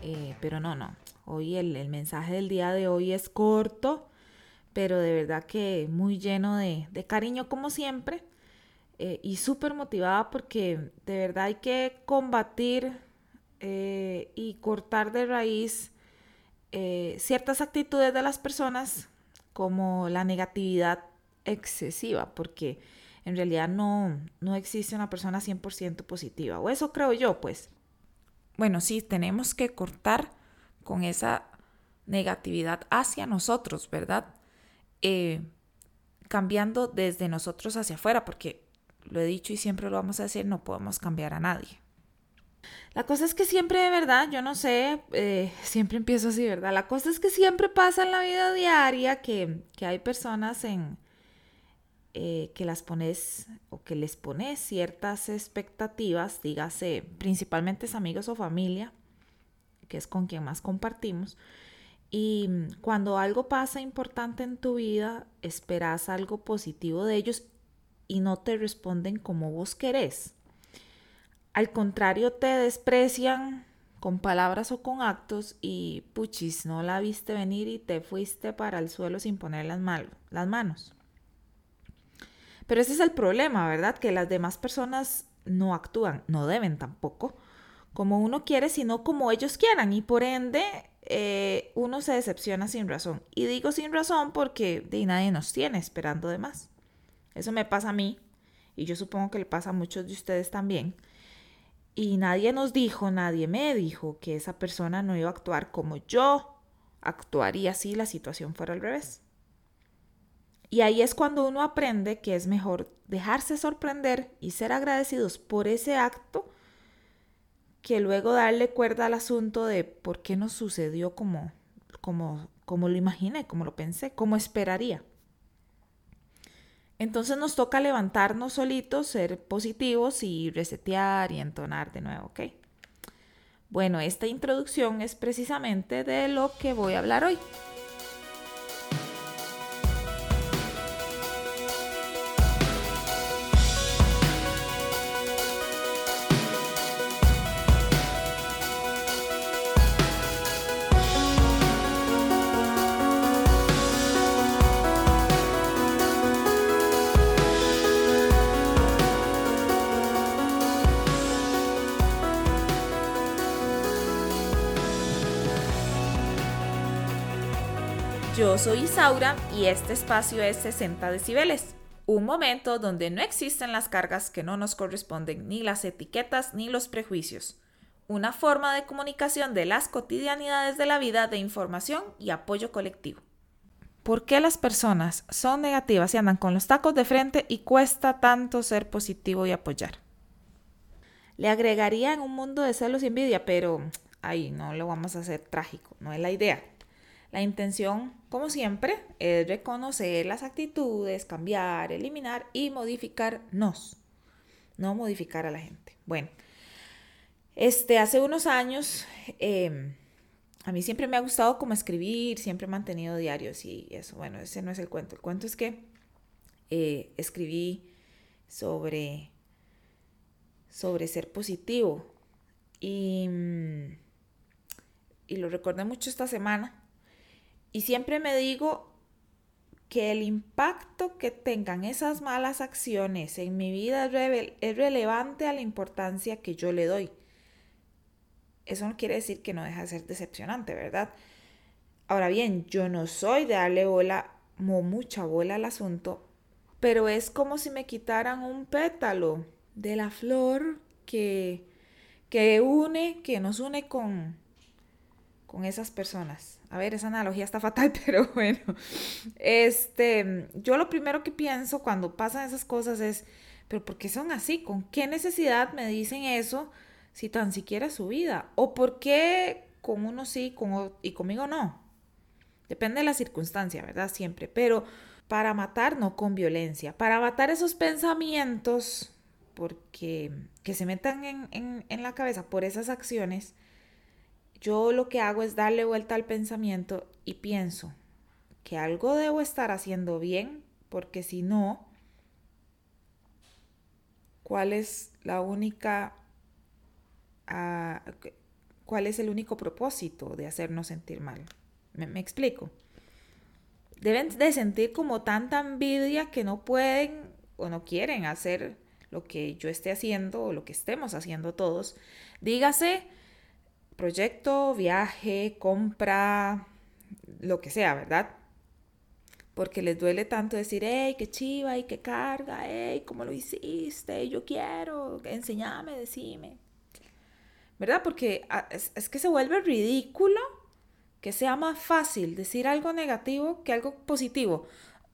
pero no. Hoy el mensaje del día de hoy es corto, pero de verdad que muy lleno de cariño como siempre, y súper motivada porque de verdad hay que combatir y cortar de raíz ciertas actitudes de las personas como la negatividad excesiva, porque en realidad no existe una persona 100% positiva, o eso creo yo, pues. Bueno, sí, tenemos que cortar con esa negatividad hacia nosotros, ¿verdad? Eh, Cambiando desde nosotros hacia afuera, porque lo he dicho y siempre lo vamos a decir, no podemos cambiar a nadie. La cosa es que siempre, de verdad, yo no sé, siempre empiezo así, ¿verdad? La cosa es que siempre pasa en la vida diaria que hay personas que las pones o que les pones ciertas expectativas, dígase, principalmente es amigos o familia, que es con quien más compartimos. Y cuando algo pasa importante en tu vida, esperas algo positivo de ellos y no te responden como vos querés. Al contrario, te desprecian con palabras o con actos y puchis, no la viste venir y te fuiste para el suelo sin poner las manos. Pero ese es el problema, ¿verdad? Que las demás personas no actúan, no deben tampoco, como uno quiere, sino como ellos quieran. Y por ende, uno se decepciona sin razón. Y digo sin razón porque nadie nos tiene esperando de más. Eso me pasa a mí y yo supongo que le pasa a muchos de ustedes también. Y nadie nos dijo, nadie me dijo que esa persona no iba a actuar como yo actuaría si la situación fuera al revés. Y ahí es cuando uno aprende que es mejor dejarse sorprender y ser agradecidos por ese acto que luego darle cuerda al asunto de por qué no sucedió como lo imaginé, como lo pensé, como esperaría. Entonces nos toca levantarnos solitos, ser positivos y resetear y entonar de nuevo, ¿ok? Bueno, esta introducción es precisamente de lo que voy a hablar hoy. Yo soy Isaura y este espacio es 60 decibeles, un momento donde no existen las cargas que no nos corresponden, ni las etiquetas ni los prejuicios. Una forma de comunicación de las cotidianidades de la vida, de información y apoyo colectivo. ¿Por qué las personas son negativas y andan con los tacos de frente y cuesta tanto ser positivo y apoyar? Le agregaría en un mundo de celos y envidia, pero ahí no lo vamos a hacer trágico, no es la idea. La intención, como siempre, es reconocer las actitudes, cambiar, eliminar y modificarnos, no modificar a la gente. Bueno, hace unos años, a mí siempre me ha gustado como escribir, siempre he mantenido diarios y eso. Bueno, ese no es el cuento. El cuento es que escribí sobre ser positivo y, y lo recordé mucho esta semana. Y siempre me digo que el impacto que tengan esas malas acciones en mi vida es relevante a la importancia que yo le doy. Eso no quiere decir que no deja de ser decepcionante, ¿verdad? Ahora bien, yo no soy de darle mucha bola al asunto, pero es como si me quitaran un pétalo de la flor que nos une con esas personas. A ver, esa analogía está fatal, pero bueno. Yo lo primero que pienso cuando pasan esas cosas es, pero ¿por qué son así? ¿Con qué necesidad me dicen eso si tan siquiera es su vida? ¿O por qué con uno sí y conmigo no? Depende de la circunstancia, ¿verdad? Siempre. Pero para matar, no con violencia. Para matar esos pensamientos, porque que se metan en la cabeza por esas acciones, yo lo que hago es darle vuelta al pensamiento y pienso que algo debo estar haciendo bien, porque si no, ¿cuál es la única cuál es el único propósito de hacernos sentir mal. ¿Me explico? Deben de sentir como tanta envidia que no pueden o no quieren hacer lo que yo esté haciendo o lo que estemos haciendo todos. Dígase proyecto, viaje, compra, lo que sea, ¿verdad? Porque les duele tanto decir, hey, qué chiva y qué carga, hey, ¿cómo lo hiciste? Yo quiero, enséñame, decime. ¿Verdad? Porque es que se vuelve ridículo que sea más fácil decir algo negativo que algo positivo.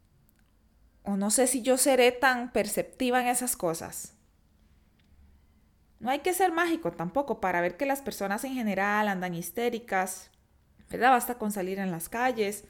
O no sé si yo seré tan perceptiva en esas cosas. No hay que ser mágico tampoco para ver que las personas en general andan histéricas, ¿verdad? Basta con salir en las calles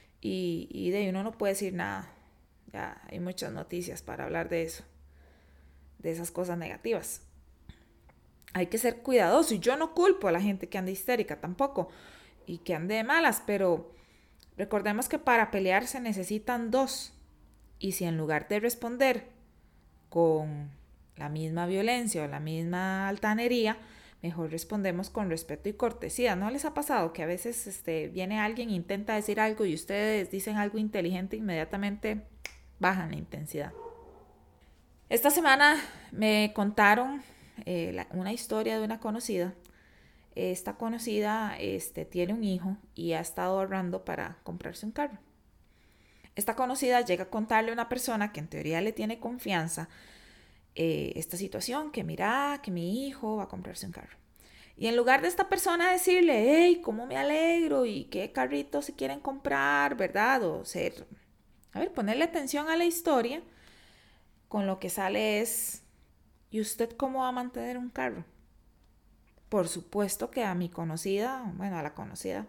y de uno no puede decir nada. Ya hay muchas noticias para hablar de eso, de esas cosas negativas. Hay que ser cuidadoso y yo no culpo a la gente que anda histérica tampoco y que ande de malas, pero recordemos que para pelear se necesitan dos. Y si en lugar de responder con la misma violencia o la misma altanería, mejor respondemos con respeto y cortesía. ¿No les ha pasado que a veces viene alguien e intenta decir algo y ustedes dicen algo inteligente e inmediatamente bajan la intensidad? Esta semana me contaron una historia de una conocida. Esta conocida tiene un hijo y ha estado ahorrando para comprarse un carro. Esta conocida llega a contarle a una persona que en teoría le tiene confianza esta situación, que mira, que mi hijo va a comprarse un carro. Y en lugar de esta persona decirle, hey, cómo me alegro y qué carrito se quieren comprar, ¿verdad? O ser, ponerle atención a la historia, con lo que sale es, ¿y usted cómo va a mantener un carro? Por supuesto que a mi conocida, a la conocida,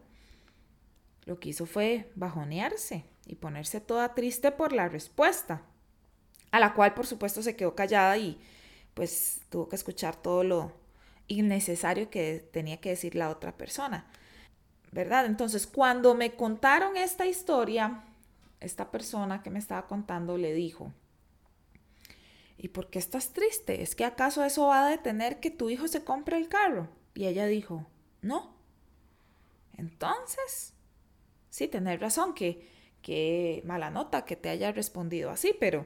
lo que hizo fue bajonearse y ponerse toda triste por la respuesta, a la cual por supuesto se quedó callada y pues tuvo que escuchar todo lo innecesario que tenía que decir la otra persona, ¿verdad? Entonces, cuando me contaron esta historia, esta persona que me estaba contando le dijo, ¿y por qué estás triste? ¿Es que acaso eso va a detener que tu hijo se compre el carro? Y ella dijo, no. Entonces, sí, tenés razón, que mala nota que te haya respondido así, pero,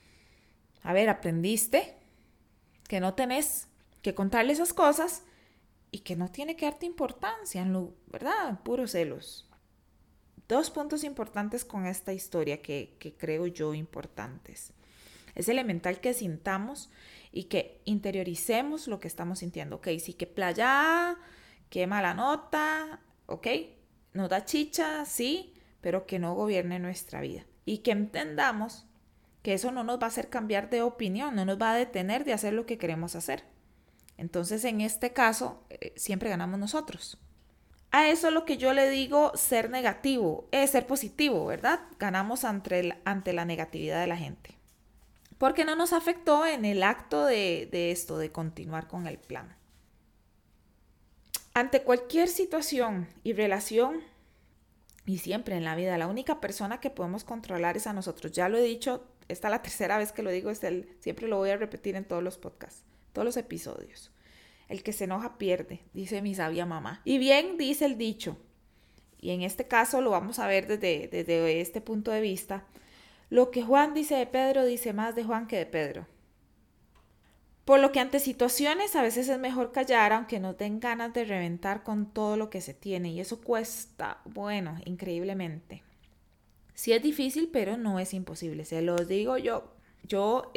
aprendiste que no tenés que contarle esas cosas y que no tiene que darte importancia, ¿verdad? Puros celos. 2 puntos importantes con esta historia que creo yo importantes. Es elemental que sintamos y que interioricemos lo que estamos sintiendo. Ok, sí, que playa, que mala nota, ok, nos da chicha, sí, pero que no gobierne nuestra vida. Y que entendamos que eso no nos va a hacer cambiar de opinión, no nos va a detener de hacer lo que queremos hacer. Entonces, en este caso, siempre ganamos nosotros. A eso lo que yo le digo ser negativo, es ser positivo, ¿verdad? Ganamos ante la negatividad de la gente. Porque no nos afectó en el acto de esto, de continuar con el plan. Ante cualquier situación y relación, y siempre en la vida, la única persona que podemos controlar es a nosotros. Ya lo he dicho, esta es la tercera vez que lo digo, siempre lo voy a repetir en todos los podcasts, todos los episodios. El que se enoja pierde, dice mi sabia mamá. Y bien dice el dicho, y en este caso lo vamos a ver desde este punto de vista. Lo que Juan dice de Pedro dice más de Juan que de Pedro. Por lo que ante situaciones a veces es mejor callar, aunque nos den ganas de reventar con todo lo que se tiene. Y eso cuesta, increíblemente. Sí es difícil, pero no es imposible. Se los digo yo. Yo,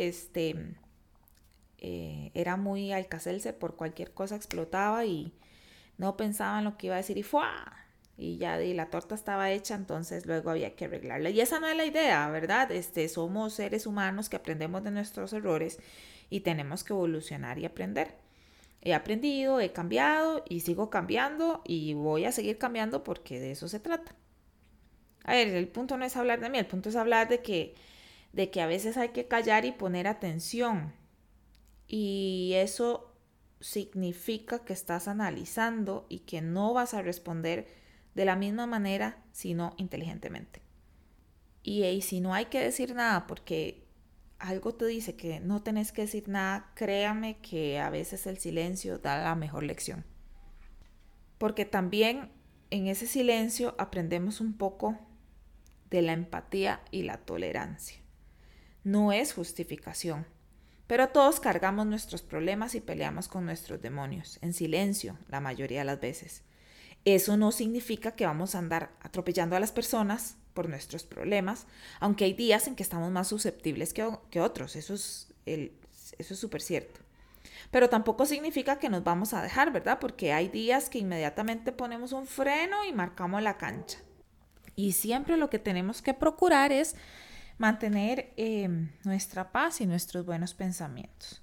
era muy alcacelser, por cualquier cosa explotaba y no pensaba en lo que iba a decir y ¡fua! Y ya la torta estaba hecha, entonces luego había que arreglarla. Y esa no es la idea, ¿verdad? Somos seres humanos que aprendemos de nuestros errores y tenemos que evolucionar y aprender. He aprendido, he cambiado y sigo cambiando y voy a seguir cambiando porque de eso se trata. El punto no es hablar de mí, el punto es hablar de que a veces hay que callar y poner atención. Y eso significa que estás analizando y que no vas a responder de la misma manera, sino inteligentemente. Y si no hay que decir nada porque algo te dice que no tenés que decir nada, créame que a veces el silencio da la mejor lección. porque también en ese silencio aprendemos un poco de la empatía y la tolerancia. No es justificación, pero todos cargamos nuestros problemas y peleamos con nuestros demonios, en silencio la mayoría de las veces. Eso no significa que vamos a andar atropellando a las personas por nuestros problemas, aunque hay días en que estamos más susceptibles que otros, eso es súper cierto. Pero tampoco significa que nos vamos a dejar, ¿verdad? Porque hay días que inmediatamente ponemos un freno y marcamos la cancha. Y siempre lo que tenemos que procurar es mantener nuestra paz y nuestros buenos pensamientos.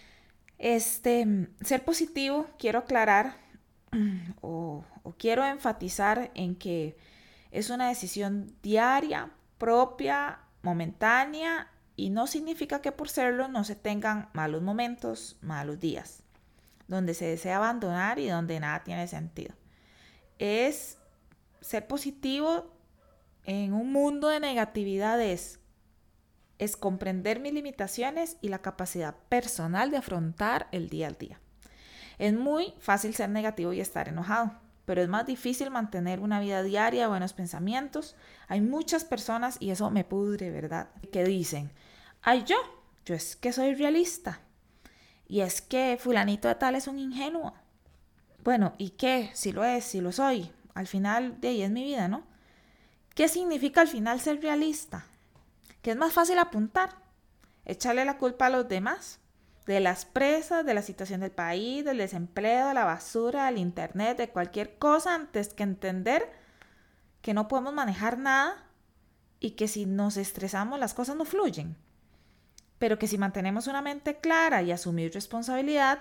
Ser positivo, quiero aclarar o quiero enfatizar en que es una decisión diaria, propia, momentánea, y no significa que por serlo no se tengan malos momentos, malos días, donde se desea abandonar y donde nada tiene sentido. Es ser positivo en un mundo de negatividad, es comprender mis limitaciones y la capacidad personal de afrontar el día al día. Es muy fácil ser negativo y estar enojado, pero es más difícil mantener una vida diaria de buenos pensamientos. Hay muchas personas, y eso me pudre, ¿verdad?, que dicen, ay, yo es que soy realista, y es que fulanito de tal es un ingenuo. Bueno, ¿y qué? Si lo es, si lo soy, al final de ahí es mi vida, ¿no? ¿Qué significa al final ser realista? Que es más fácil apuntar, echarle la culpa a los demás, de las presas, de la situación del país, del desempleo, de la basura, del internet, de cualquier cosa, antes que entender que no podemos manejar nada y que si nos estresamos las cosas no fluyen. Pero que si mantenemos una mente clara y asumir responsabilidad,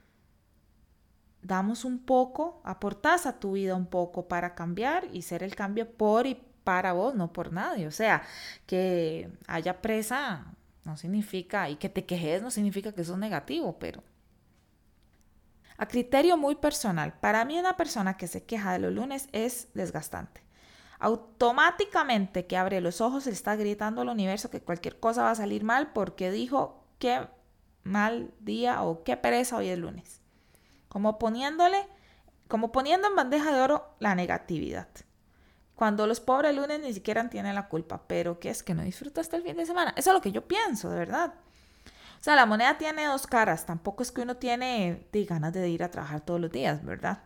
damos un poco, aportás a tu vida un poco para cambiar y ser el cambio por y para vos, no por nadie. O sea, que haya presa no significa, y que te quejes no significa que eso es negativo, pero a criterio muy personal, para mí una persona que se queja de los lunes es desgastante. Automáticamente que abre los ojos está gritando al universo que cualquier cosa va a salir mal porque dijo qué mal día o qué pereza hoy es lunes. Como poniendo en bandeja de oro la negatividad. Cuando los pobres lunes ni siquiera tienen la culpa, pero ¿qué es que no disfrutaste el fin de semana? Eso es lo que yo pienso, de verdad. O sea, la moneda tiene dos caras, tampoco es que uno tiene ganas de ir a trabajar todos los días, ¿verdad?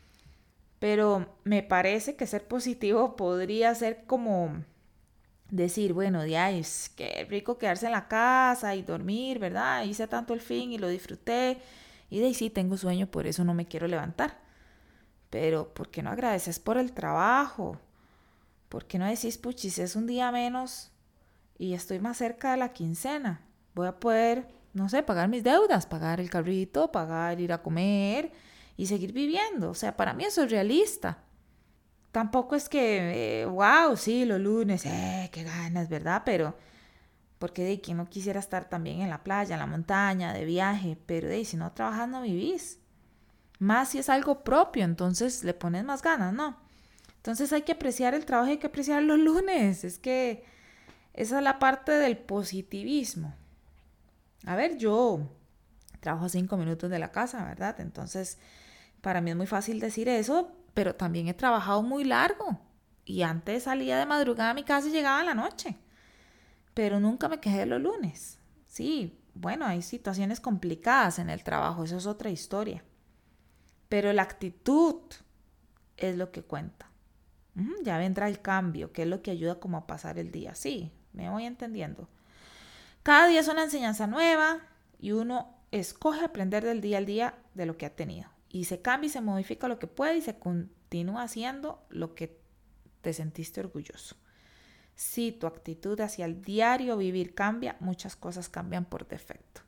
Pero me parece que ser positivo podría ser como decir, bueno, es qué rico quedarse en la casa y dormir, ¿verdad? Hice tanto el fin y lo disfruté, y de ahí sí tengo sueño, por eso no me quiero levantar. Pero ¿por qué no agradeces por el trabajo? ¿Por qué no decís, puchis, es un día menos y estoy más cerca de la quincena? Voy a poder, no sé, pagar mis deudas, pagar el carrito, pagar ir a comer y seguir viviendo. O sea, para mí eso es realista. Tampoco es que, wow, sí, los lunes, qué ganas, ¿verdad? Pero, porque de quien no quisiera estar también en la playa, en la montaña, de viaje, pero si no trabajas no vivís. Más si es algo propio, entonces le pones más ganas, ¿no? Entonces hay que apreciar el trabajo y hay que apreciar los lunes. Es que esa es la parte del positivismo. A ver, yo trabajo a 5 minutos de la casa, ¿verdad? Entonces, para mí es muy fácil decir eso, pero también he trabajado muy largo. Y antes salía de madrugada a mi casa y llegaba en la noche. Pero nunca me quejé de los lunes. Sí, bueno, hay situaciones complicadas en el trabajo, eso es otra historia. Pero la actitud es lo que cuenta. Ya vendrá el cambio, que es lo que ayuda como a pasar el día. Sí, me voy entendiendo. Cada día es una enseñanza nueva y uno escoge aprender del día al día de lo que ha tenido. Y se cambia y se modifica lo que puede y se continúa haciendo lo que te sentiste orgulloso. Si tu actitud hacia el diario vivir cambia, muchas cosas cambian por defecto.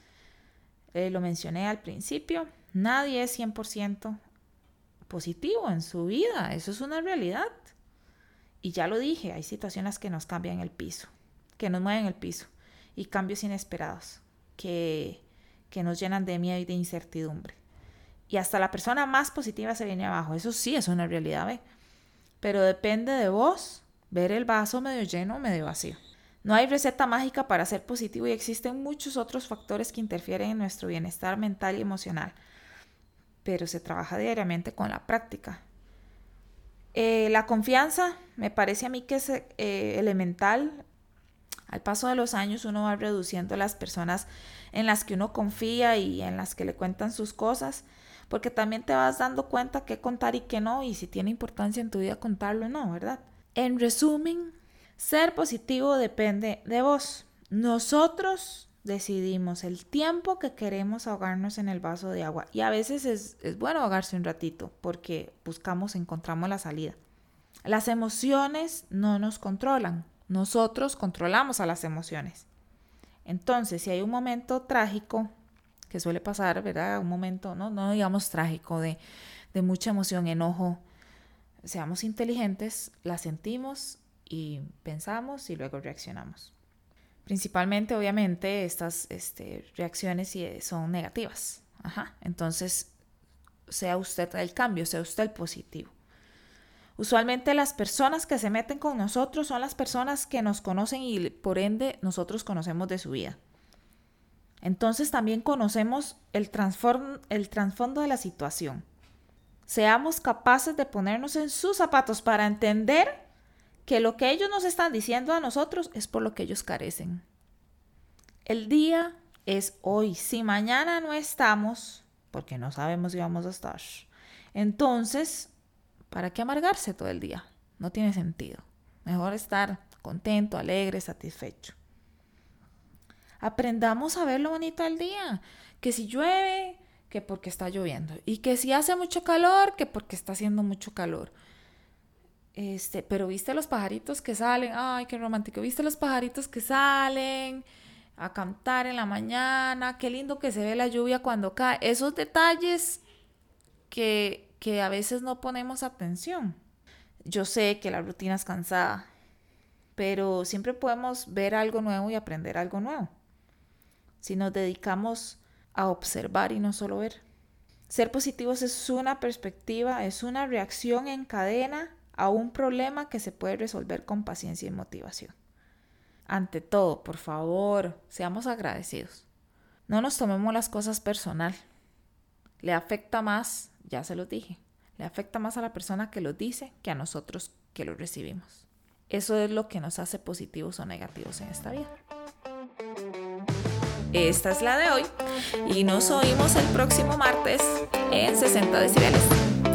Lo mencioné al principio, nadie es 100% positivo en su vida, eso es una realidad. Y ya lo dije, hay situaciones que nos cambian el piso, que nos mueven el piso, y cambios inesperados que nos llenan de miedo y de incertidumbre. Y hasta la persona más positiva se viene abajo, eso sí es una realidad, ¿ve? Pero depende de vos ver el vaso medio lleno o medio vacío. No hay receta mágica para ser positivo y existen muchos otros factores que interfieren en nuestro bienestar mental y emocional. pero se trabaja diariamente con la práctica. La confianza me parece a mí que es elemental. Al paso de los años uno va reduciendo las personas en las que uno confía y en las que le cuentan sus cosas, porque también te vas dando cuenta qué contar y qué no, y si tiene importancia en tu vida contarlo o no, ¿verdad? En resumen, ser positivo depende de vos. Nosotros decidimos el tiempo que queremos ahogarnos en el vaso de agua, y a veces es bueno ahogarse un ratito porque encontramos la salida. Las emociones no nos controlan, nosotros controlamos a las emociones. Entonces, si hay un momento trágico, que suele pasar, ¿verdad? Un momento, no digamos trágico, de mucha emoción, enojo, seamos inteligentes, la sentimos y pensamos y luego reaccionamos. Principalmente, obviamente, estas reacciones son negativas. Entonces, sea usted el cambio, sea usted el positivo. Usualmente las personas que se meten con nosotros son las personas que nos conocen y por ende nosotros conocemos de su vida. Entonces también conocemos el trasfondo de la situación. Seamos capaces de ponernos en sus zapatos para entender que lo que ellos nos están diciendo a nosotros es por lo que ellos carecen. El día es hoy. Si mañana no estamos, porque no sabemos si vamos a estar, entonces, ¿para qué amargarse todo el día? No tiene sentido. Mejor estar contento, alegre, satisfecho. Aprendamos a ver lo bonito del día. Que si llueve, que porque está lloviendo. Y que si hace mucho calor, que porque está haciendo mucho calor. Pero ¿viste los pajaritos que salen? Ay, qué romántico. ¿Viste los pajaritos que salen a cantar en la mañana? Qué lindo que se ve la lluvia cuando cae. Esos detalles que a veces no ponemos atención. Yo sé que la rutina es cansada, pero siempre podemos ver algo nuevo y aprender algo nuevo si nos dedicamos a observar y no solo ver. Ser positivos es una perspectiva, es una reacción en cadena a un problema que se puede resolver con paciencia y motivación. Ante todo, por favor, seamos agradecidos. No nos tomemos las cosas personal. Le afecta más, ya se lo dije, le afecta más a la persona que lo dice que a nosotros que lo recibimos. Eso es lo que nos hace positivos o negativos en esta vida. Esta es la de hoy y nos oímos el próximo martes en 60 decibeles.